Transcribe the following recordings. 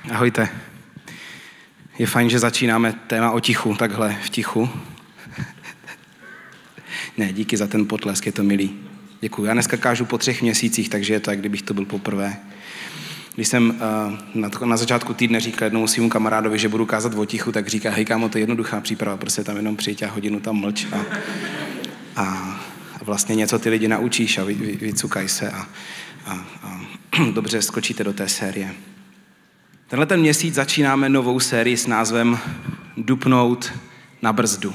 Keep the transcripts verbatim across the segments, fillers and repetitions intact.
Ahojte. Je fajn, že začínáme téma o tichu, takhle v tichu. Ne, díky za ten potlesk, je to milý. Děkuji. Já dneska kážu po třech měsících, takže je to, jak kdybych to byl poprvé. Když jsem uh, na, na začátku týdne říkal jednomu svému kamarádovi, že budu kázat o tichu, tak říká, hej kámo, to je jednoduchá příprava, prostě tam jenom přijď a hodinu tam mlč a, a, a vlastně něco ty lidi naučíš a vy, vy, vycukaj se a, a, a dobře skočíte do té série. Tenhle ten měsíc začínáme novou sérii s názvem Dupnout na brzdu.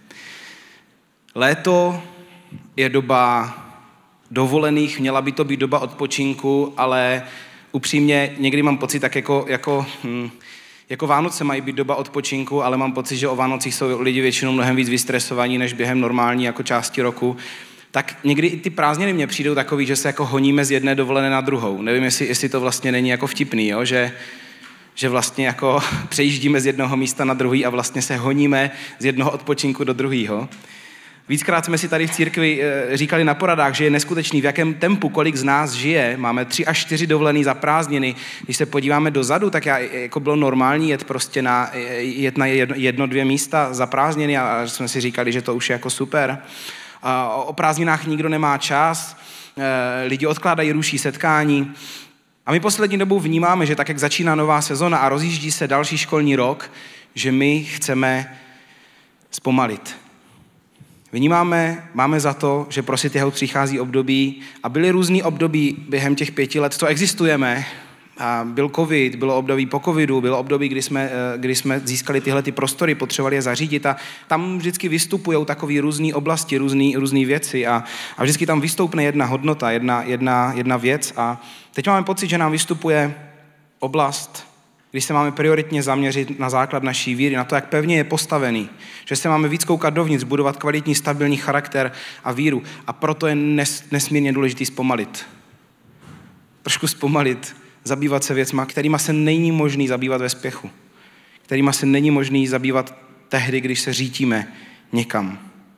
Léto je doba dovolených, měla by to být doba odpočinku, ale upřímně někdy mám pocit, tak jako, jako, hm, jako Vánoce mají být doba odpočinku, ale mám pocit, že o Vánocích jsou lidi většinou mnohem víc vystresovaní než během normální jako části roku. Tak někdy i ty prázdniny mně přijdou takový, že se jako honíme z jedné dovolené na druhou. Nevím, jestli, jestli to vlastně není jako vtipný, jo? Že, že vlastně jako přejíždíme z jednoho místa na druhý a vlastně se honíme z jednoho odpočinku do druhého. Víckrát jsme si tady v církvi říkali na poradách, že je neskutečný, v jakém tempu, kolik z nás žije. Máme tři až čtyři dovolený za prázdniny. Když se podíváme dozadu, tak já, jako bylo normální jet prostě na, jet na jedno, jedno, dvě místa za prázdniny a jsme si říkali, že to už je jako super. A o prázdninách nikdo nemá čas, lidi odkládají, ruší setkání. A my poslední dobou vnímáme, že tak, jak začíná nová sezona a rozjíždí se další školní rok, že my chceme zpomalit. Vnímáme, máme za to, že pro City House přichází období a byly různý období během těch pěti let, co existujeme. A byl covid, bylo období po covidu, bylo období, kdy jsme, kdy jsme získali tyhle ty prostory, potřebovali je zařídit a tam vždycky vystupují takové různé oblasti, různé věci a, a vždycky tam vystoupne jedna hodnota, jedna, jedna, jedna věc a teď máme pocit, že nám vystupuje oblast, když se máme prioritně zaměřit na základ naší víry, na to, jak pevně je postavený, že se máme víc koukat dovnitř, budovat kvalitní, stabilní charakter a víru a proto je nes, nesmírně důležitý zpomalit. Trošku zpomalit, zabývat se věcma, kterýma se není možný zabývat ve spěchu, kterýma se není možný zabývat tehdy, když se řítíme někam.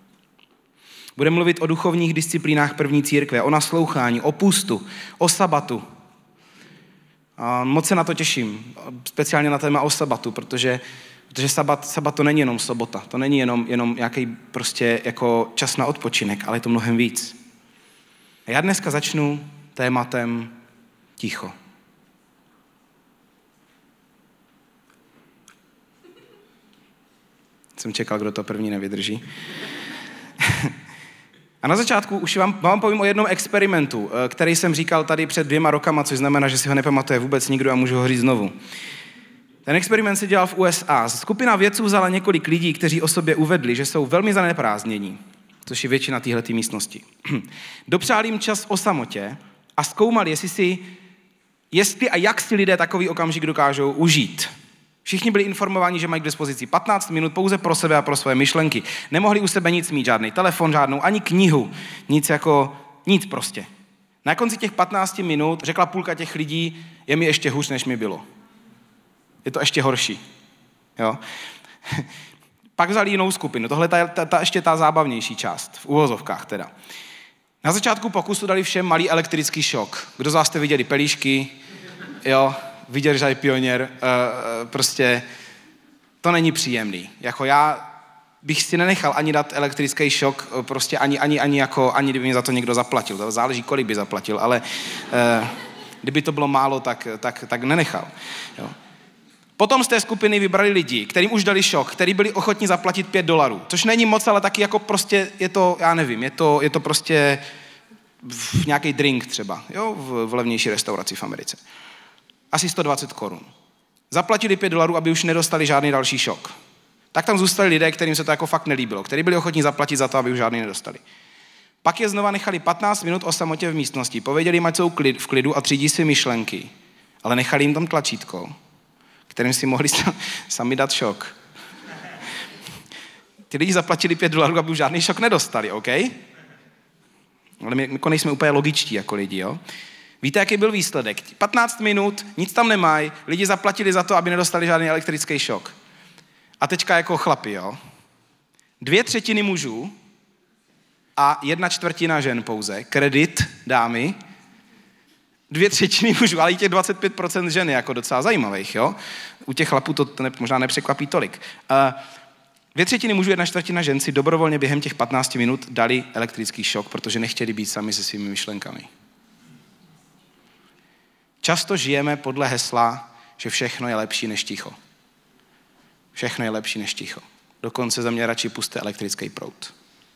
Budeme mluvit o duchovních disciplínách první církve, o naslouchání, o půstu, o sabatu. A moc se na to těším, speciálně na téma o sabatu, protože, protože sabat, sabat to není jenom sobota, to není jenom, jenom nějaký prostě jako čas na odpočinek, ale je to mnohem víc. A já dneska začnu tématem ticho. Jsem čekal, kdo to první nevydrží. A na začátku už vám, vám povím o jednom experimentu, který jsem říkal tady před dvěma rokama, což znamená, že si ho nepamatuje vůbec nikdo a můžu ho říct znovu. Ten experiment se dělal v U S A. Skupina vědců vzala několik lidí, kteří o sobě uvedli, že jsou velmi zaneprázdnění, což je většina téhleté místnosti. Dopřáli jim čas o samotě a zkoumali, jestli, si, jestli a jak si lidé takový okamžik dokážou užít. Všichni byli informováni, že mají k dispozici patnáct minut pouze pro sebe a pro svoje myšlenky. Nemohli u sebe nic mít, žádný telefon, žádnou ani knihu, nic jako, nic prostě. Na konci těch patnácti minut řekla půlka těch lidí, je mi ještě hůř, než mi bylo. Je to ještě horší. Jo? Pak vzali jinou skupinu, tohle je ta, ta, ještě ta zábavnější část, v uvozovkách teda. Na začátku pokusu dali všem malý elektrický šok. Kdo z vás jste viděli pelíšky, jo, vydržaj pionýr, uh, prostě to není příjemný. Jako já bych si nenechal ani dát elektrický šok, prostě ani, ani, ani, jako, ani kdyby mi za to někdo zaplatil. To záleží, kolik by zaplatil, ale uh, kdyby to bylo málo, tak, tak, tak nenechal. Jo. Potom z té skupiny vybrali lidi, kterým už dali šok, který byli ochotní zaplatit pět dolarů, což není moc, ale taky jako prostě je to, já nevím, je to, je to prostě v nějaký drink třeba, jo, v, v levnější restauraci v Americe. Asi sto dvacet korun. Zaplatili pět dolarů, aby už nedostali žádný další šok. Tak tam zůstali lidé, kterým se to jako fakt nelíbilo, kteří byli ochotní zaplatit za to, aby už žádný nedostali. Pak je znova nechali patnáct minut o samotě v místnosti, pověděli jim, ať jsou v klidu a třídí si myšlenky, ale nechali jim tam tlačítko, kterým si mohli sami dát šok. Ty lidi zaplatili pět dolarů, aby už žádný šok nedostali, OK? Ale my jako nejsme úplně logičtí jako lidi, jo? Víte, jaký byl výsledek? patnáct minut, nic tam nemají, lidi zaplatili za to, aby nedostali žádný elektrický šok. A teďka jako chlapi, jo? Dvě třetiny mužů a jedna čtvrtina žen pouze, kredit dámy, Dvě třetiny mužů, ale i těch dvacet pět procent žen je jako docela zajímavých, jo? U těch chlapů to ne, možná nepřekvapí tolik. Uh, dvě třetiny mužů, jedna čtvrtina žen si dobrovolně během těch patnácti minut dali elektrický šok, protože nechtěli být sami se svými myšlenkami. Často žijeme podle hesla, že všechno je lepší než ticho. Všechno je lepší než ticho. Dokonce za mě radši puste elektrický proud.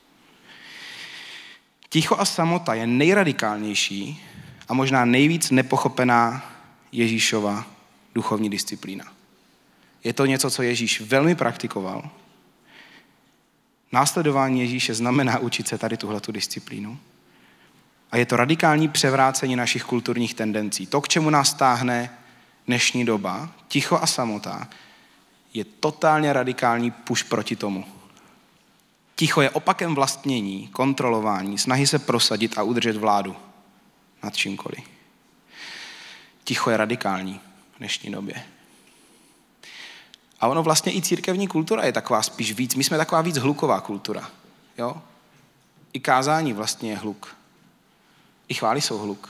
Ticho a samota je nejradikálnější a možná nejvíc nepochopená Ježíšova duchovní disciplína. Je to něco, co Ježíš velmi praktikoval. Následování Ježíše znamená učit se tady tuhletu disciplínu. A je to radikální převrácení našich kulturních tendencí. To, k čemu nás táhne dnešní doba, ticho a samota, je totálně radikální push proti tomu. Ticho je opakem vlastnění, kontrolování, snahy se prosadit a udržet vládu nad čímkoliv. Ticho je radikální v dnešní době. A ono vlastně i církevní kultura je taková spíš víc, my jsme taková víc hluková kultura. Jo? I kázání vlastně je hluk. I chvály jsou hluk.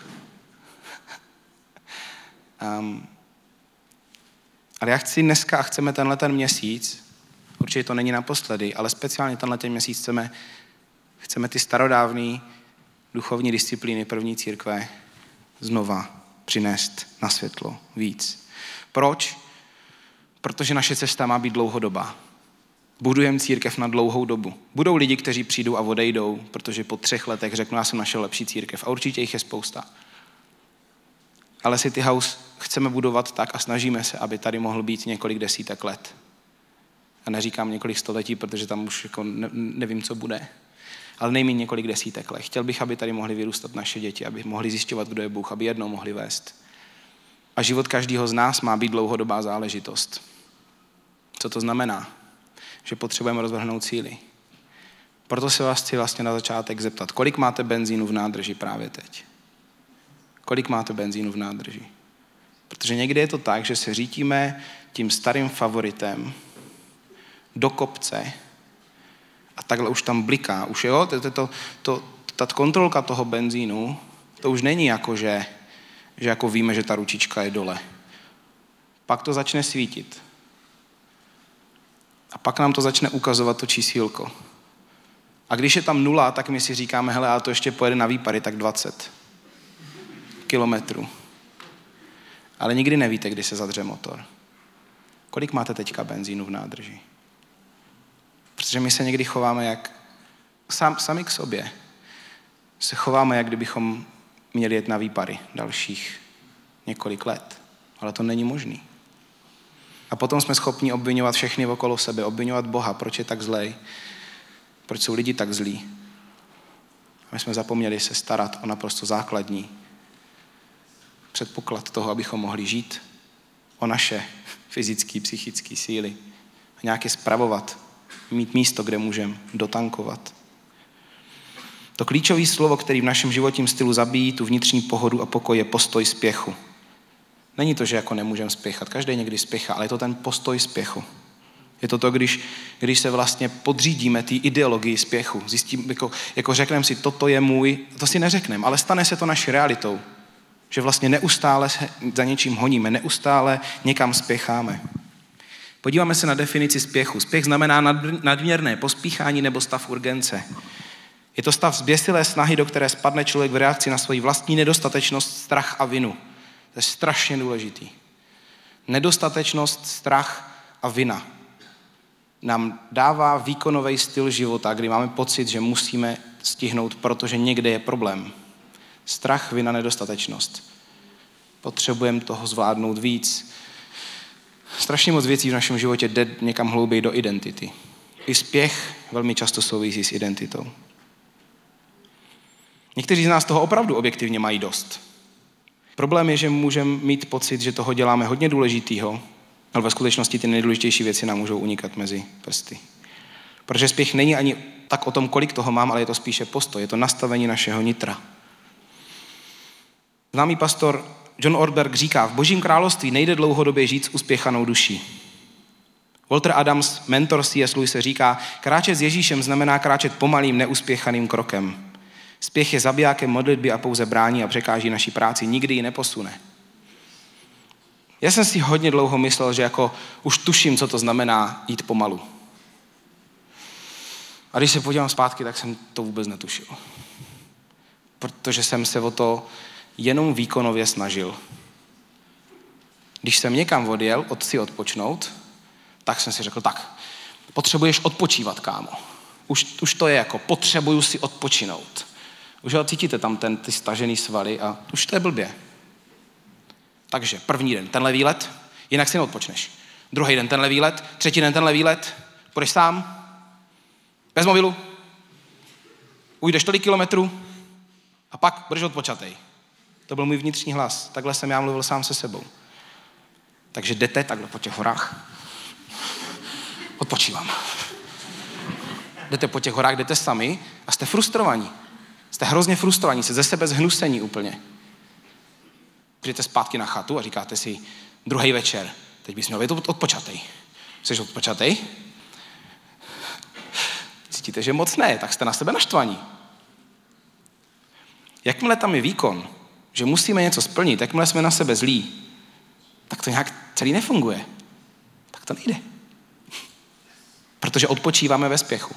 um, ale já chci dneska, chceme tenhle ten měsíc, určitě to není naposledy, ale speciálně tenhle ten měsíc chceme, chceme ty starodávné duchovní disciplíny první církve znova přinést na světlo víc. Proč? Protože naše cesta má být dlouhodobá. Budujeme církev na dlouhou dobu. Budou lidi, kteří přijdou a odejdou, protože po třech letech řeknu, já jsem našel lepší církev. A určitě jich je spousta. Ale City House chceme budovat tak a snažíme se, aby tady mohl být několik desítek let. A neříkám několik století, protože tam už jako ne, nevím, co bude. Ale nejméně několik desítek let. Chtěl bych, aby tady mohli vyrůstat naše děti, aby mohli zjišťovat, kdo je Bůh, aby jednou mohli vést. A život každého z nás má být dlouhodobá záležitost. Co to znamená? Že potřebujeme rozvrhnout síly. Proto se vás chci vlastně na začátek zeptat, kolik máte benzínu v nádrži právě teď? Kolik máte benzínu v nádrži? Protože někdy je to tak, že se řítíme tím starým favoritem do kopce a takhle už tam bliká. Už jo, to, to, to, ta kontrolka toho benzínu, to už není jako, že, že jako víme, že ta ručička je dole. Pak to začne svítit. A pak nám to začne ukazovat to čísílko. A když je tam nula, tak my si říkáme, hele, ale to ještě pojede na výpary, tak dvacet kilometrů. Ale nikdy nevíte, kdy se zadře motor. Kolik máte teďka benzínu v nádrži? Protože my se někdy chováme jak sam, sami k sobě. Se chováme, jak kdybychom měli jet na výpary dalších několik let. Ale to není možný. A potom jsme schopni obvinovat všechny okolo sebe, obvinovat Boha, proč je tak zlej, proč jsou lidi tak zlí. A my jsme zapomněli se starat o naprosto základní předpoklad toho, abychom mohli žít, o naše fyzické, psychické síly a nějak je spravovat, mít místo, kde můžeme dotankovat. To klíčové slovo, který v našem životním stylu zabíjí tu vnitřní pohodu a pokoj, je postoj spěchu. Není to, že jako nemůžeme spěchat, každý někdy spěchá, ale je to ten postoj spěchu. Je to to, když, když se vlastně podřídíme té ideologii spěchu. Zjistím, jako, jako řekneme si, toto je můj, to si neřekneme, ale stane se to naší realitou. Že vlastně neustále se za něčím honíme, neustále někam spěcháme. Podíváme se na definici spěchu. Spěch znamená nadměrné pospíchání nebo stav urgence. Je to stav zběsilé snahy, do které spadne člověk v reakci na svoji vlastní nedostatečnost, strach a vinu. To je strašně důležitý. Nedostatečnost, strach a vina nám dává výkonový styl života, kdy máme pocit, že musíme stihnout, protože někde je problém. Strach, vina, nedostatečnost. Potřebujeme toho zvládnout víc. Strašně moc věcí v našem životě jde někam hlouběji do identity. I spěch velmi často souvisí s identitou. Někteří z nás toho opravdu objektivně mají dost. Problém je, že můžeme mít pocit, že toho děláme hodně důležitýho, ale ve skutečnosti ty nejdůležitější věci nám můžou unikat mezi prsty. Protože spěch není ani tak o tom, kolik toho mám, ale je to spíše postoj, je to nastavení našeho nitra. Známý pastor John Ortberg říká, v Božím království nejde dlouhodobě žít s uspěchanou duší. Walter Adams, mentor C S. Lewise, říká, kráčet s Ježíšem znamená kráčet pomalým, neuspěchaným krokem. Spěch je zabijákem modlitby a pouze brání a překáží naší práci, nikdy ji neposune. Já jsem si hodně dlouho myslel, že jako už tuším, co to znamená jít pomalu. A když se podívám zpátky, tak jsem to vůbec netušil. Protože jsem se o to jenom výkonově snažil. Když jsem někam odjel, od si odpočnout, tak jsem si řekl, tak, potřebuješ odpočívat, kámo. Už, už to je jako, potřebuju si odpočinout. Už ho cítíte tam ten, ty stažený svaly a už to je blbě. Takže první den tenhle výlet, jinak si neodpočneš. Druhý den tenhle výlet, třetí den tenhle výlet, půjdeš sám, bez mobilu, ujdeš tolik kilometrů a pak budeš odpočatej. To byl můj vnitřní hlas. Takhle jsem já mluvil sám se sebou. Takže jdete takhle po těch horách. Odpočívám. Jdete po těch horách, jdete sami a jste frustrovaní. Jste hrozně frustrovaní, jste ze sebe zhnusení úplně. Přijdete zpátky na chatu a říkáte si, druhý večer, teď bys měl být odpočatej. Jsi odpočatej? Cítíte, že moc ne, tak jste na sebe naštvaní. Jakmile tam je výkon, že musíme něco splnit, jakmile jsme na sebe zlí, tak to nějak celý nefunguje. Tak to nejde. Protože odpočíváme ve spěchu.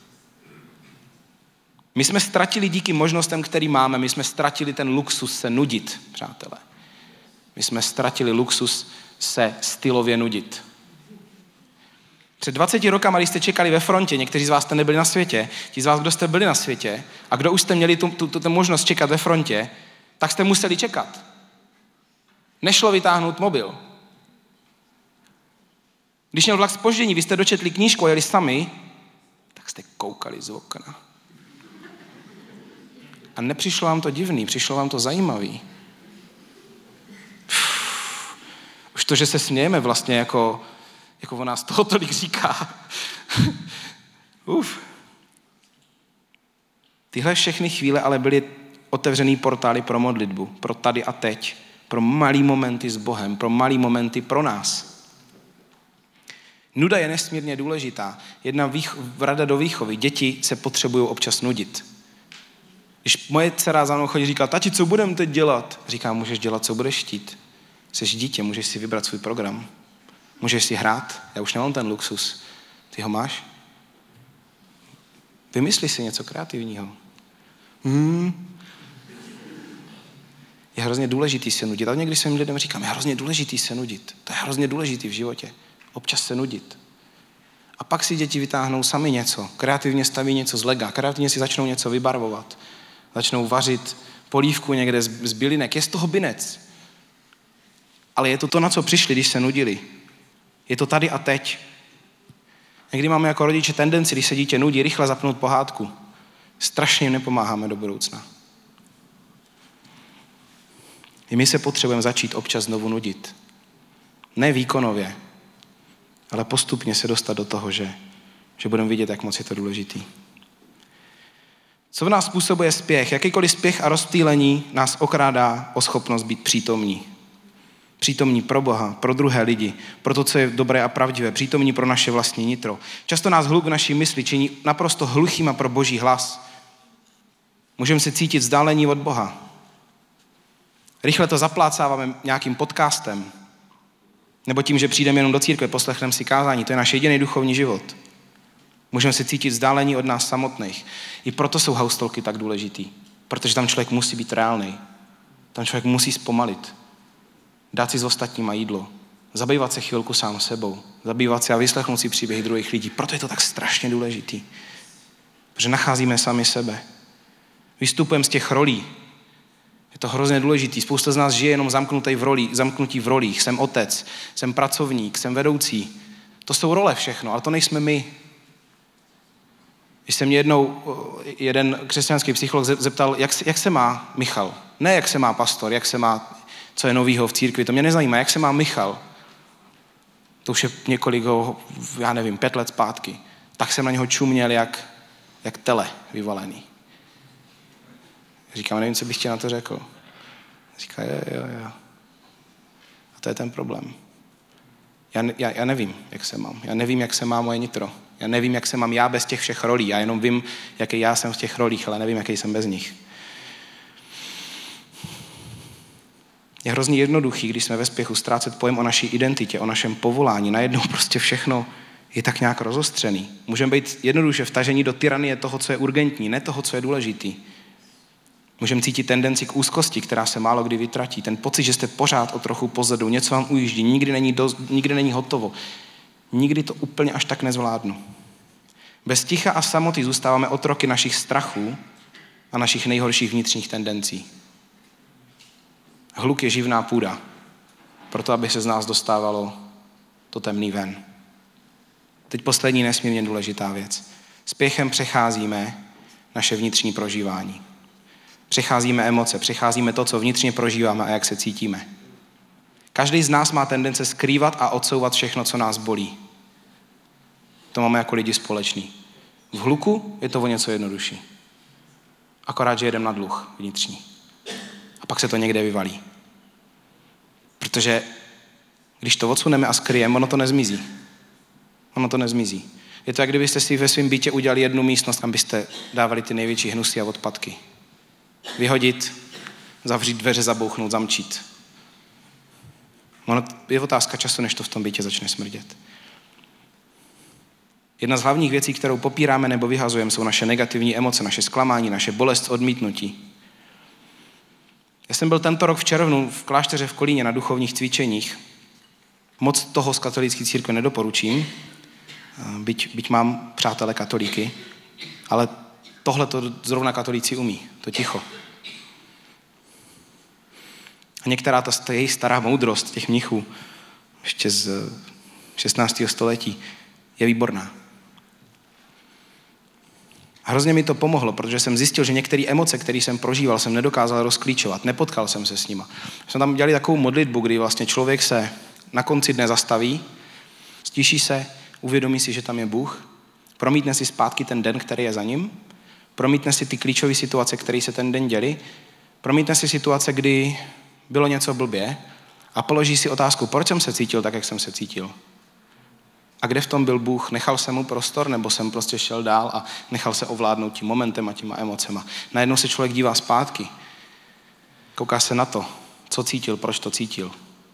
My jsme ztratili díky možnostem, který máme, my jsme ztratili ten luxus se nudit, přátelé. My jsme ztratili luxus se stylově nudit. Před dvaceti rokama, když jste čekali ve frontě, někteří z vás jste nebyli na světě, ti z vás, kdo jste byli na světě a kdo už jste měli tu, tu, tu, tu možnost čekat ve frontě, tak jste museli čekat. Nešlo vytáhnout mobil. Když měl vlak zpoždění, vy jste dočetli knížku a jeli sami, tak jste koukali z okna. A nepřišlo vám to divný, přišlo vám to zajímavý. Uf, už to, že se smějeme vlastně jako, jako o nás toho tolik říká. Uf. Tyhle všechny chvíle ale byly otevřený portály pro modlitbu, pro tady a teď, pro malý momenty s Bohem, pro malý momenty pro nás. Nuda je nesmírně důležitá. Jedna výcho- rada do výchovy. Děti se potřebují občas nudit. Když moje dcera za mnou chodí, říká, tati, co budeme teď dělat? Říkám, můžeš dělat, co budeš chtít. Jsi dítě, můžeš si vybrat svůj program. Můžeš si hrát. Já už nemám ten luxus. Ty ho máš? Vymysli si něco kreativního. Hmm. Je hrozně důležitý se nudit. A někdy svým lidem říkám, je hrozně důležitý se nudit. To je hrozně důležitý v životě. Občas se nudit. A pak si děti vytáhnou sami něco. Kreativně staví něco z lega. Kreativně si začnou něco vybarvovat. Začnou vařit polívku někde z bylinek. Je z toho binec. Ale je to to, na co přišli, když se nudili. Je to tady a teď. Někdy máme jako rodiče tendenci, když se dítě nudí, rychle zapnout pohádku. Strašně jim nepomáháme do budoucna. I my se potřebujeme začít občas znovu nudit. Ne výkonově, ale postupně se dostat do toho, že, že budeme vidět, jak moc je to důležitý. Co v nás způsobuje spěch? Jakýkoliv spěch a rozptýlení nás okrádá o schopnost být přítomní. Přítomní pro Boha, pro druhé lidi, pro to, co je dobré a pravdivé, přítomní pro naše vlastní nitro. Často nás hluk v naší mysli činí naprosto hluchýma pro Boží hlas. Můžeme se cítit vzdálení od Boha. Rychle to zaplácáváme nějakým podcastem, nebo tím, že přijdeme jenom do církve, poslechneme si kázání. To je náš jediný duchovní život. Můžeme se cítit vzdálení od nás samotných. I proto jsou haustolky tak důležitý. Protože tam člověk musí být reálný. Tam člověk musí zpomalit. Dát si s ostatníma jídlo. Zabývat se chvilku sám sebou. Zabývat se a vyslechnout si příběhy druhých lidí. Proto je to tak strašně důležitý. Protože nacházíme sami sebe. Vystupujeme z těch rolí. Je to hrozně důležitý. Spousta z nás žije jenom zamknutý v rolí, zamknutí v rolích. Jsem otec, jsem pracovník, jsem vedoucí. To jsou role všechno, ale to nejsme my. Když se mě jednou jeden křesťanský psycholog zeptal, jak se, jak se má Michal. Ne jak se má pastor, jak se má, co je novýho v církvi. To mě nezajímá, jak se má Michal. To už je několik, já nevím, pět let zpátky. Tak jsem na něho čuměl jak, jak tele vyvalený. Říkám, nevím, co bych ti na to řekl. Říká, jo, jo, jo. A to je ten problém. Já, já, já nevím, jak se mám. Já nevím, jak se má moje nitro. Já nevím, jak se mám já bez těch všech rolí. Já jenom vím, jaký já jsem v těch rolích, ale nevím, jaký jsem bez nich. Je hrozně jednoduchý, když jsme ve spěchu, ztrácet pojem o naší identitě, o našem povolání. Najednou prostě všechno je tak nějak rozostřený. Můžeme být jednoduše vtažení do tyranie toho, co je urgentní, ne toho, co je důležitý. Můžeme cítit tendenci k úzkosti, která se málo kdy vytratí. Ten pocit, že jste pořád o trochu pozadu, něco vám ujíždí, nikdy není, dost, nikdy není hotovo. Nikdy to úplně až tak nezvládnu. Bez ticha a samoty zůstáváme otroky našich strachů a našich nejhorších vnitřních tendencí. Hluk je živná půda, proto aby se z nás dostávalo to temný ven. Teď poslední nesmírně důležitá věc. Spěchem přecházíme naše vnitřní prožívání. Přecházíme emoce, přecházíme to, co vnitřně prožíváme a jak se cítíme. Každý z nás má tendence skrývat a odsouvat všechno, co nás bolí. To máme jako lidi společný. V hluku je to o něco jednodušší. Akorát, že jedem na dluh vnitřní. A pak se to někde vyvalí. Protože když to odsuneme a skryjeme, ono to nezmizí. Ono to nezmizí. Je to, jak kdybyste si ve svém bytě udělali jednu místnost, kam byste dávali ty největší hnusy a odpadky. Vyhodit, zavřít dveře, zabouchnout, zamčít. Ono je otázka času, než to v tom bytě začne smrdět. Jedna z hlavních věcí, kterou popíráme nebo vyhazujeme, jsou naše negativní emoce, naše zklamání, naše bolest, odmítnutí. Já jsem byl tento rok v červnu v klášteře v Kolíně na duchovních cvičeních. Moc toho z katolické církve nedoporučím, byť, byť mám přátele katolíky, ale tohle to zrovna katolíci umí, to ticho. A některá ta jejich stará moudrost těch mnichů, ještě z šestnáctého století, je výborná. A hrozně mi to pomohlo, protože jsem zjistil, že některé emoce, které jsem prožíval, jsem nedokázal rozklíčovat, nepotkal jsem se s nima. Jsme tam dělali takovou modlitbu, kdy vlastně člověk se na konci dne zastaví, stiší se, uvědomí si, že tam je Bůh, promítne si zpátky ten den, který je za ním, promítne si ty klíčové situace, které se ten den děly, promítne si situace, kdy bylo něco blbě a položí si otázku, proč jsem se cítil tak, jak jsem se cítil. A kde v tom byl Bůh? Nechal jsem mu prostor, nebo jsem prostě šel dál a nechal se ovládnout tím momentem a těma emocema. Najednou se člověk dívá zpátky. Kouká se na to, co cítil, proč to cítil.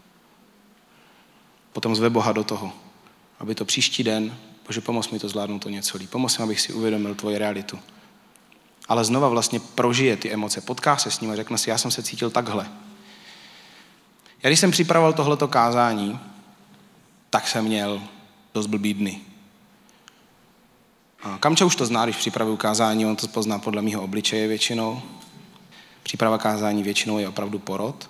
Potom zve Boha do toho, aby to příští den, Bože, pomoz mi to zvládnout to něco líp. Pomoz mi, abych si uvědomil tvoji realitu. Ale znova vlastně prožije ty emoce, potká se s ním a řekne si, já jsem se cítil takhle. Já když jsem připravoval tohleto kázání, tak jsem měl dost blbý dny. A Kamča už to zná, když připravuju kázání, on to pozná podle mýho obličeje většinou. Příprava kázání většinou je opravdu porod.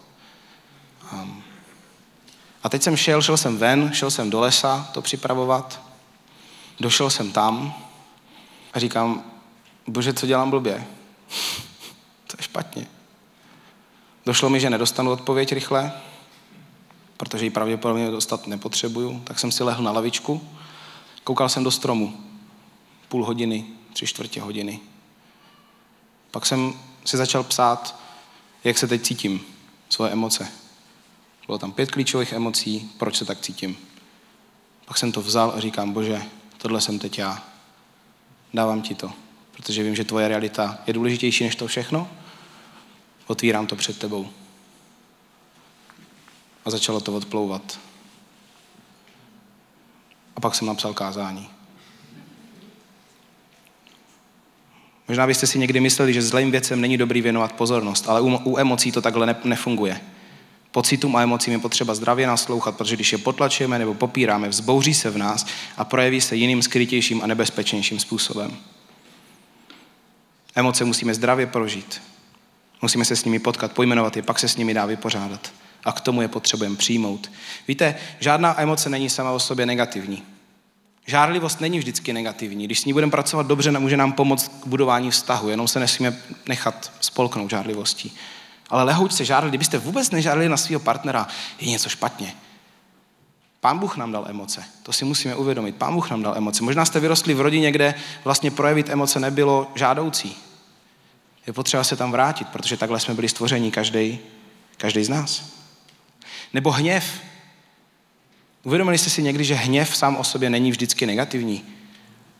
A teď jsem šel, šel jsem ven, šel jsem do lesa to připravovat. Došel jsem tam a říkám, Bože, co dělám blbě? To je špatně. Došlo mi, že nedostanu odpověď rychle, protože ji pravděpodobně dostat nepotřebuju, tak jsem si lehl na lavičku, koukal jsem do stromu, půl hodiny, tři čtvrtě hodiny. Pak jsem si začal psát, jak se teď cítím, svoje emoce. Bylo tam pět klíčových emocí, proč se tak cítím. Pak jsem to vzal a říkám, Bože, tohle jsem teď já. Dávám ti to, protože vím, že tvoje realita je důležitější než to všechno. Otvírám to před tebou. A začalo to odplouvat. A pak jsem napsal kázání. Možná byste si někdy mysleli, že zlým věcem není dobrý věnovat pozornost, ale u, u emocí to takhle ne, nefunguje. Pocitům a emocím je potřeba zdravě naslouchat, protože když je potlačujeme nebo popíráme, vzbouří se v nás a projeví se jiným skrytějším a nebezpečnějším způsobem. Emoce musíme zdravě prožít. Musíme se s nimi potkat, pojmenovat je, pak se s nimi dá vypořádat. A k tomu je potřebujeme přijmout. Víte, žádná emoce není sama o sobě negativní. Žárlivost není vždycky negativní. Když s ní budeme pracovat dobře, může nám pomoct k budování vztahu, jenom se nesmíme nechat spolknout žárlivostí. Ale lehoučce žárli, kdybyste vůbec nežárlili na svého partnera, je něco špatně. Pán Bůh nám dal emoce, to si musíme uvědomit. Pán Bůh nám dal emoce. Možná jste vyrostli v rodině, kde vlastně projevit emoce nebylo žádoucí. Je potřeba se tam vrátit, protože takhle jsme byli stvoření každý, každý z nás. Nebo hněv. Uvědomili jste si někdy, že hněv sám o sobě není vždycky negativní?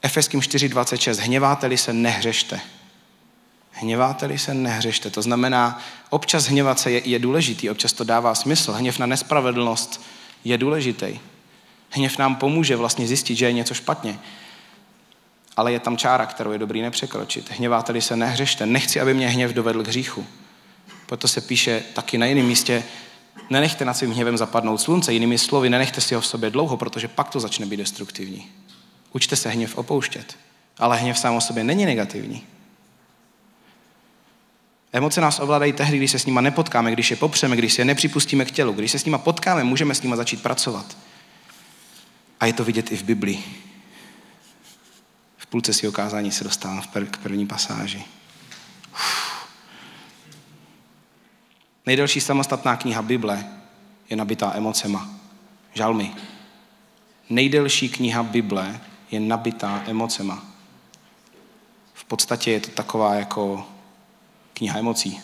Efeským čtyři dvacet šest. Hněváte-li se, nehřešte. Hněváte-li se, nehřešte. To znamená, občas hněvat se je, je důležitý, občas to dává smysl. Hněv na nespravedlnost je důležitý. Hněv nám pomůže vlastně zjistit, že je něco špatně. Ale je tam čára, kterou je dobrý nepřekročit. Hněváte-li se, nehřešte. Nechci, aby mě hněv dovedl k hříchu. Proto se píše taky na jiném místě, nenechte nad svým hněvem zapadnout slunce, jinými slovy, nenechte si ho v sobě dlouho, protože pak to začne být destruktivní. Učte se hněv opouštět, ale hněv sám o sobě není negativní. Emoce nás ovládají tehdy, když se s nima nepotkáme, když je popřeme, když si je nepřipustíme k tělu. Když se s nima potkáme, můžeme s nima začít pracovat. A je to vidět i v Biblii. V půlce svého kázání se dostávám k první pasáži. Uf. Nejdelší samostatná kniha Bible je nabitá emocema. Žalmy. Nejdelší kniha Bible je nabitá emocema. V podstatě je to taková jako kniha emocí.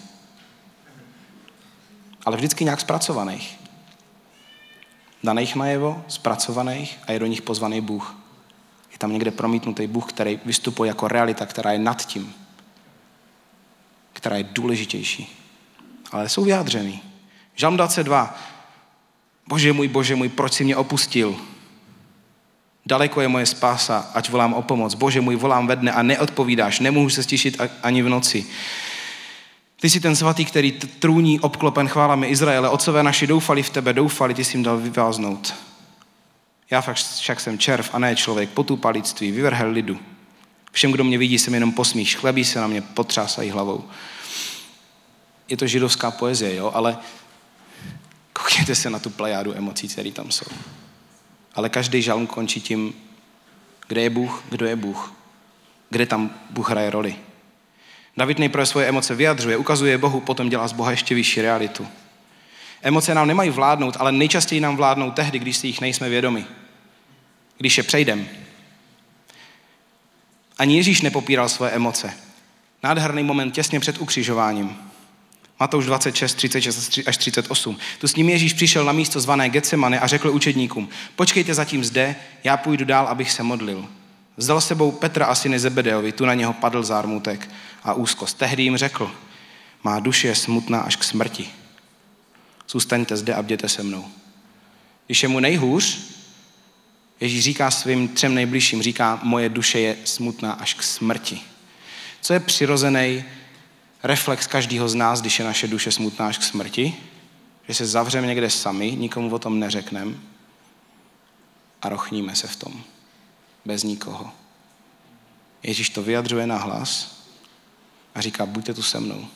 Ale vždycky nějak zpracovaných. Daných najevo, zpracovaných a je do nich pozvaný Bůh. Je tam někde promítnutý Bůh, který vystupuje jako realita, která je nad tím. Která je důležitější. Ale jsou vyjádřený. Žalm dvacet dva. Bože můj, Bože můj, proč jsi mě opustil? Daleko je moje spása, ať volám o pomoc. Bože můj, volám ve dne a neodpovídáš. Nemůžu se stišit ani v noci. Ty jsi ten svatý, který trůní obklopen chválami Izraele. Otcové naši doufali v tebe, doufali, ty jsi jim dal vyváznout. Já však jsem červ a ne člověk, potůpal lidství, vyvrhel lidu. Všem, kdo mě vidí, se mi jenom posmíš, chlebí se na mě, potřásají hlavou. Je to židovská poezie, jo, ale koukněte se na tu plejádu emocí, které tam jsou. Ale každý žalm končí tím, kde je Bůh, kdo je Bůh, kde tam Bůh hraje roli. David nejprve svoje emoce vyjadřuje, ukazuje Bohu, potom dělá z Boha ještě vyšší realitu. Emoce nám nemají vládnout, ale nejčastěji nám vládnou tehdy, když si jich nejsme vědomi. Když je přejdem. Ani Ježíš nepopíral svoje emoce. Nádherný moment těsně před ukřižováním. Matouš dvacet šest, třicet šest až třicet osm. Tu s ním Ježíš přišel na místo zvané Getsemane a řekl učedníkům, počkejte zatím zde, já půjdu dál, abych se modlil. Vzal sebou Petra a syny Zebedeovi, tu na něho padl zármutek a úzkost. Tehdy jim řekl, má duše je smutná až k smrti. Zůstaňte zde a bděte se mnou. Když je mu nejhůř, Ježíš říká svým třem nejbližším, říká, moje duše je smutná až k smrti. Co je přirozený reflex každého z nás, když je naše duše smutná až k smrti? Že se zavřeme někde sami, nikomu o tom neřekneme a rochníme se v tom. Bez nikoho. Ježíš to vyjadřuje na hlas a říká, buďte tu se mnou.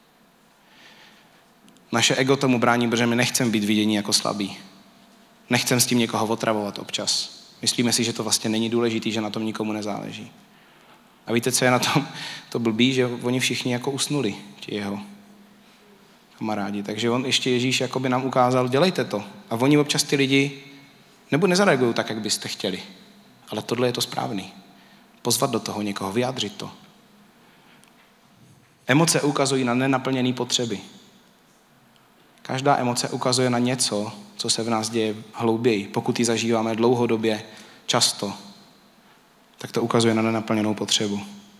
Naše ego tomu brání, protože my nechceme být vidění jako slabí. Nechceme s tím někoho otravovat občas. Myslíme si, že to vlastně není důležitý, že na tom nikomu nezáleží. A víte, co je na tom to blbý, že oni všichni jako usnuli, ti jeho kamarádi. Takže on ještě Ježíš jakoby nám ukázal, dělejte to. A oni občas ty lidi nebo nezareagují tak, jak byste chtěli. Ale tohle je to správný. Pozvat do toho někoho, vyjádřit to. Emoce ukazují na nenaplněné potřeby. Každá emoce ukazuje na něco, co se v nás děje hlouběji. Pokud ji zažíváme dlouhodobě, často, tak to ukazuje na nenaplněnou potřebu.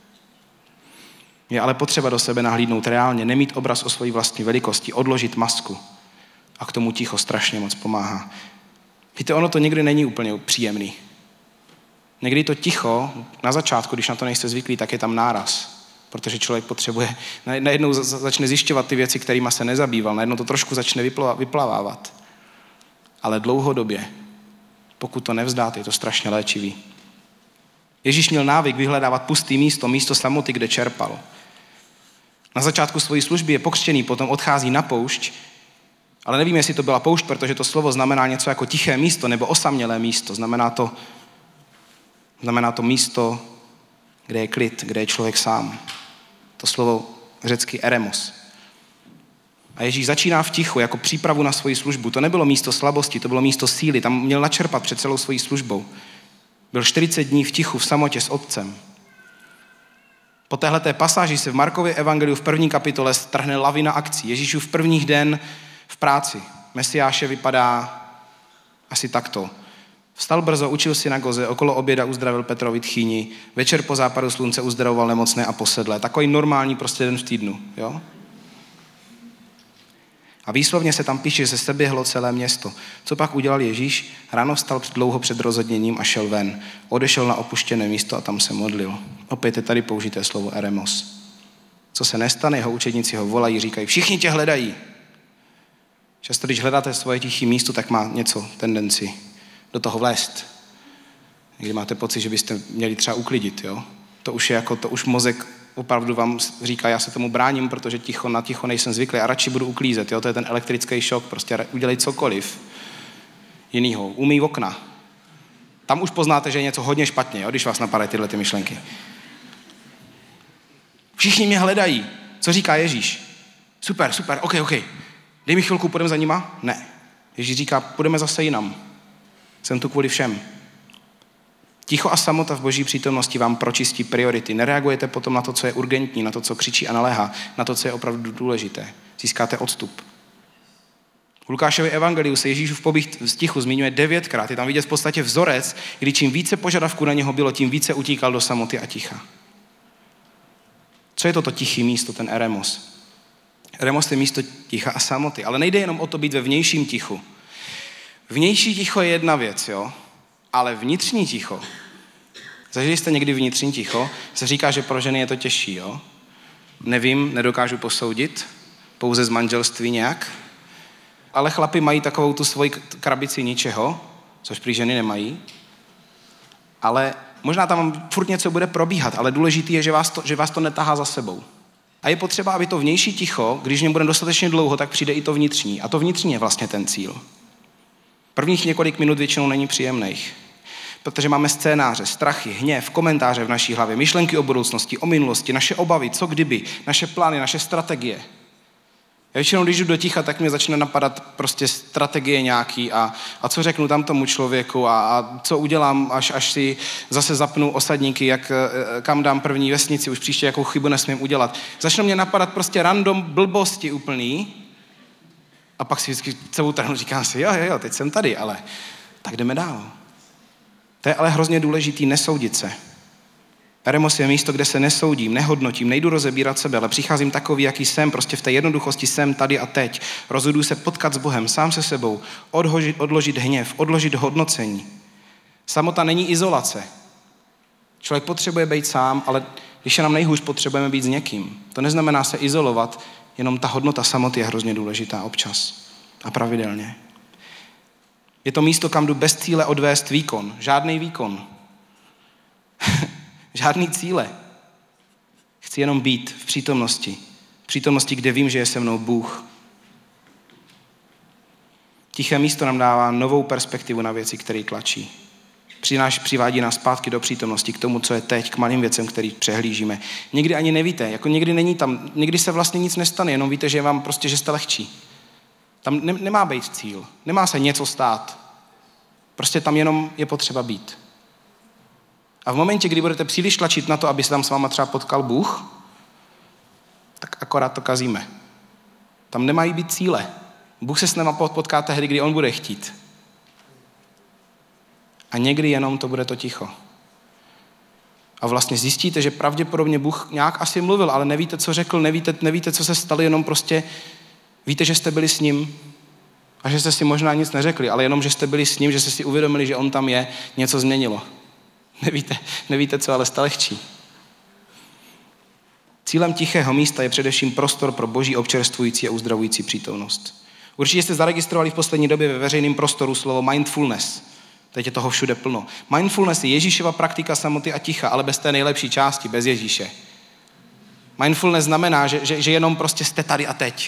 Je ale potřeba do sebe nahlídnout reálně, nemít obraz o své vlastní velikosti, odložit masku. A k tomu ticho strašně moc pomáhá. Víte, ono to někdy není úplně příjemný. Někdy to ticho, na začátku, když na to nejste zvyklí, tak je tam náraz. Protože člověk potřebuje, najednou začne zjišťovat ty věci, kterýma se nezabýval, najednou to trošku začne vyplavávat. Ale dlouhodobě, pokud to nevzdáte, je to strašně léčivý. Ježíš měl návyk vyhledávat pustý místo, místo samoty, kde čerpal. Na začátku své služby je pokřtěný, potom odchází na poušť, ale nevím, jestli to byla poušť, protože to slovo znamená něco jako tiché místo nebo osamělé místo. Znamená to, znamená to místo, kde je klid, kde je člověk sám. To slovo řecky eremos. A Ježíš začíná v tichu jako přípravu na svoji službu. To nebylo místo slabosti, to bylo místo síly. Tam měl načerpat před celou svojí službou. Byl čtyřicet dní v tichu, v samotě s otcem. Po téhleté pasáži se v Markově evangeliu v první kapitole strhne lavina akcí. Ježíšův první den v práci. Mesiáše vypadá asi takto. Vstal brzo, učil synagoze, okolo oběda uzdravil Petrovi tchýni, večer po západu slunce uzdravoval nemocné a posedlé. Takový normální prostě den v týdnu, jo? A výslovně se tam píše, že se seběhlo celé město. Co pak udělal Ježíš? Ráno vstal dlouho před rozhodněním a šel ven. Odešel na opuštěné místo a tam se modlil. Opět je tady použité slovo eremos. Co se nestane, jeho učedníci ho volají, říkají, všichni tě hledají. Často, když hledáte svoje tiché místo, tak má něco tendenci do toho vlézt. Někdy máte pocit, že byste měli třeba uklidit, jo? To už je jako, to už mozek opravdu vám říká, já se tomu bráním, protože ticho na ticho nejsem zvyklý a radši budu uklízet, jo? To je ten elektrický šok, prostě udělej cokoliv jinýho, umyj okna. Tam už poznáte, že je něco hodně špatně, jo? Když vás napadají tyhle ty myšlenky. Všichni mě hledají. Co říká Ježíš? Super, super, ok, ok. Dej mi chvilku, půjdeme za nima? Ne. Ježíš říká, půjdeme zase jinam. Jsem tu kvůli všem. Ticho a samota v boží přítomnosti vám pročistí priority. Nereagujete potom na to, co je urgentní, na to, co křičí a naléhá, na to, co je opravdu důležité. Získáte odstup. V Lukášově evangeliu se Ježíšův poběh z tichu zmiňuje devětkrát. Je tam vidět v podstatě vzorec, kdy čím více požadavků na něho bylo, tím více utíkal do samoty a ticha. Co je toto tichý místo, ten eremos? Eremos je místo ticha a samoty, ale nejde jenom o to být ve vnějším tichu. Vnější ticho je jedna věc, jo? Ale vnitřní ticho. Zažili jste někdy vnitřní ticho? Se říká, že pro ženy je to těžší, jo? Nevím, nedokážu posoudit, pouze z manželství nějak. Ale chlapi mají takovou tu svoji krabici ničeho, což prý ženy nemají. Ale možná tam furt něco bude probíhat, ale důležitý je, že vás to, že vás to netahá za sebou. A je potřeba, aby to vnější ticho, když něm bude dostatečně dlouho, tak přijde i to vnitřní. A to vnitřní je vlastně ten cíl. Prvních několik minut většinou není příjemných, protože máme scénáře, strachy, hněv, komentáře v naší hlavě, myšlenky o budoucnosti, o minulosti, naše obavy, co kdyby, naše plány, naše strategie. Já většinou, když jdu do ticha, tak mě začne napadat prostě strategie nějaký a, a co řeknu tam tomu člověku a, a co udělám, až, až si zase zapnu osadníky, jak, kam dám první vesnici, už příště jakou chybu nesmím udělat. Začne mě napadat prostě random blbosti úplný a pak si vždycky celou trhnu říkám si, jo, jo, jo, teď jsem tady, ale tak jdeme dál. To je ale hrozně důležitý nesoudit se. Eremos je místo, kde se nesoudím, nehodnotím, nejdu rozebírat sebe, ale přicházím takový, jaký jsem, prostě v té jednoduchosti jsem tady a teď. Rozhoduji se potkat s Bohem, sám se sebou, odhožit, odložit hněv, odložit hodnocení. Samota není izolace. Člověk potřebuje být sám, ale když je nám nejhůř, potřebujeme být s někým. To neznamená se izolovat, jenom ta hodnota samoty je hrozně důležitá občas a pravidelně. Je to místo, kam jdu bez cíle odvést výkon. Žádný výkon. Žádný cíle. Chci jenom být v přítomnosti. V přítomnosti, kde vím, že je se mnou Bůh. Tiché místo nám dává novou perspektivu na věci, které tlačí. Přináš, přivádí nás zpátky do přítomnosti, k tomu, co je teď, k malým věcem, který přehlížíme. Někdy ani nevíte, jako někdy není tam, někdy se vlastně nic nestane, jenom víte, že je vám prostě, že jste lehčí. Tam ne, nemá být cíl, nemá se něco stát. Prostě tam jenom je potřeba být. A v momentě, kdy budete příliš tlačit na to, aby se tam s váma třeba potkal Bůh, tak akorát to kazíme. Tam nemají být cíle. Bůh se s náma potká tehdy, kdy on bude chtít. A někdy jenom to bude to ticho. A vlastně zjistíte, že pravděpodobně Bůh nějak asi mluvil, ale nevíte, co řekl, nevíte, nevíte, co se stalo, jenom prostě víte, že jste byli s ním a že jste si možná nic neřekli, ale jenom, že jste byli s ním, že jste si uvědomili, že on tam je, něco změnilo. Nevíte, nevíte co, ale jste lehčí. Cílem tichého místa je především prostor pro boží občerstvující a uzdravující přítomnost. Určitě jste zaregistrovali v poslední době ve veřejném prostoru slovo mindfulness. Teď je toho všude plno. Mindfulness je Ježíšova praktika samoty a ticha, ale bez té nejlepší části, bez Ježíše. Mindfulness znamená, že, že, že jenom prostě jste tady a teď.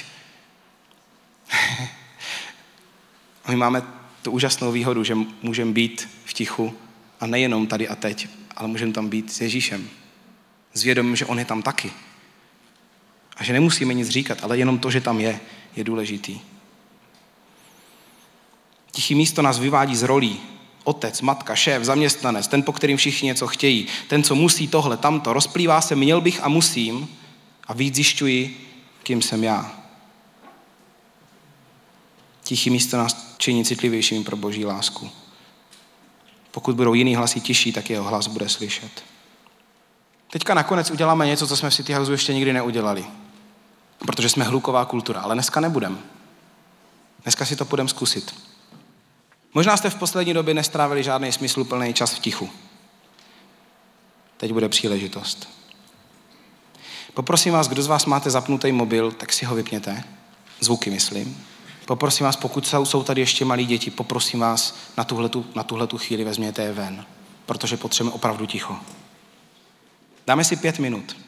My máme tu úžasnou výhodu, že můžeme být v tichu a nejenom tady a teď, ale můžeme tam být s Ježíšem. S vědomím, že on je tam taky. A že nemusíme nic říkat, ale jenom to, že tam je, je důležitý. Tichý místo nás vyvádí z rolí. Otec, matka, šéf, zaměstnanec, ten, po kterým všichni něco chtějí, ten, co musí tohle, tamto, rozplývá se měl bych a musím a víc zjišťuji, kým jsem já. Tichý místo nás činí citlivějším pro boží lásku. Pokud budou jiný hlasy tiší, tak jeho hlas bude slyšet. Teďka nakonec uděláme něco, co jsme v City Houseu ještě nikdy neudělali. Protože jsme hluková kultura, ale dneska nebudem. Dneska si to půjdeme zkusit. Možná jste v poslední době nestrávili žádný smysluplný čas v tichu. Teď bude příležitost. Poprosím vás, kdo z vás máte zapnutý mobil, tak si ho vypněte. Zvuky myslím. Poprosím vás, pokud jsou tady ještě malí děti, poprosím vás, na tuhletu, na tuhletu chvíli vezměte je ven, protože potřebujeme opravdu ticho. Dáme si pět minut.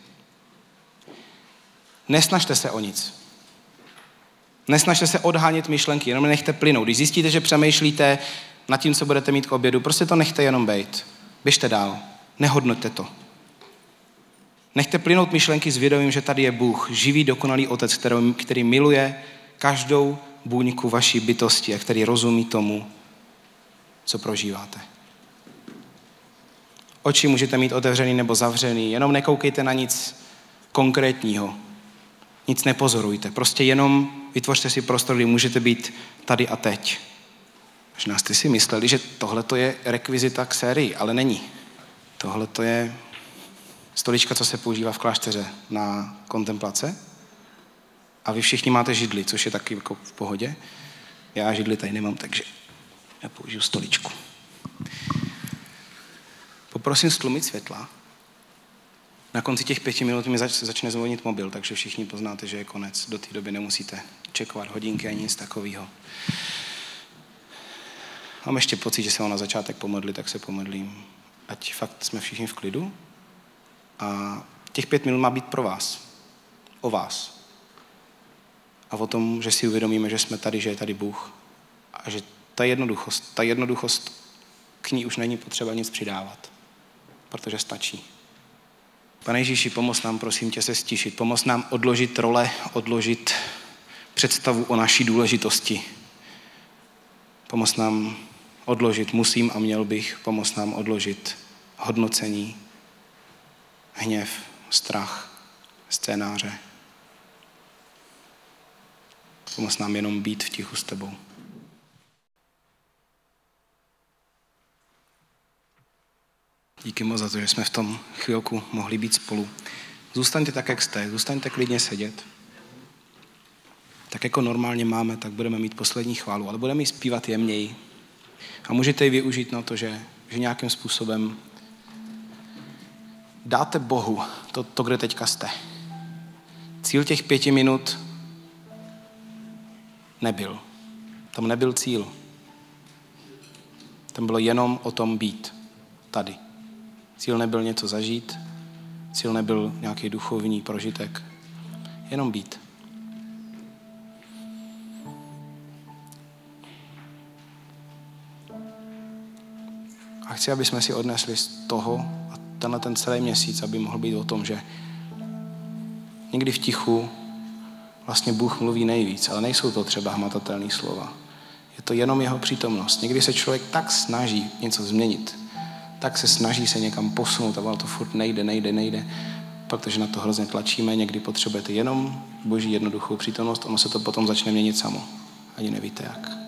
Nesnažte se o nic. Nesnažte se odhánět myšlenky, jenom nechte plynout. Když zjistíte, že přemýšlíte nad tím, co budete mít k obědu, prostě to nechte jenom bejt. Běžte dál. Nehodnoťte to. Nechte plynout myšlenky s vědomím, že tady je Bůh, živý, dokonalý Otec, který, který miluje každou buňku vaší bytosti a který rozumí tomu, co prožíváte. Oči můžete mít otevřený nebo zavřený, jenom nekoukejte na nic konkrétního. Nic nepozorujte, prostě jenom vytvořte si prostor, kdy můžete být tady a teď. Možná jste si mysleli, že tohle je rekvizita k sérii, ale není. Tohle to je stolička, co se používá v klášteře na kontemplace. A vy všichni máte židli, což je taky jako v pohodě. Já židli tady nemám, takže já použiju stoličku. Poprosím stlumit světla. Na konci těch pěti minut mi zač- začne zvonit mobil, takže všichni poznáte, že je konec. Do té doby nemusíte čekovat hodinky ani nic takového. Mám ještě pocit, že se mám na začátek pomodlit, tak se pomodlím. Ať fakt jsme všichni v klidu. A těch pět minut má být pro vás. O vás. A o tom, že si uvědomíme, že jsme tady, že je tady Bůh. A že ta jednoduchost, ta jednoduchost, k ní už není potřeba nic přidávat. Protože stačí. Pane Ježíši, pomoz nám, prosím tě, se stišit. Pomoz nám odložit role, odložit představu o naší důležitosti. Pomoz nám odložit musím a měl bych. Pomoz nám odložit hodnocení, hněv, strach, scénáře. Pomoz nám jenom být v tichu s tebou. Díky moc za to, že jsme v tom chvilku mohli být spolu. Zůstaňte tak, jak jste, zůstaňte klidně sedět. Tak jako normálně máme, tak budeme mít poslední chválu, ale budeme ji zpívat jemněji. A můžete ji využít na to, že, že nějakým způsobem dáte Bohu to, to, kde teďka jste. Cíl těch pěti minut nebyl. Tam nebyl cíl. Tam bylo jenom o tom být tady. Cíl nebyl něco zažít, cíl nebyl nějaký duchovní prožitek, jenom být. A chci, aby jsme si odnesli z toho a tenhle ten celý měsíc, aby mohl být o tom, že někdy v tichu vlastně Bůh mluví nejvíc, ale nejsou to třeba hmatatelné slova. Je to jenom jeho přítomnost. Někdy se člověk tak snaží něco změnit, tak se snaží se někam posunout a ono to furt nejde, nejde, nejde, protože na to hrozně tlačíme. Někdy potřebujete jenom Boží jednoduchou přítomnost, ono se to potom začne měnit samo. Ani nevíte jak.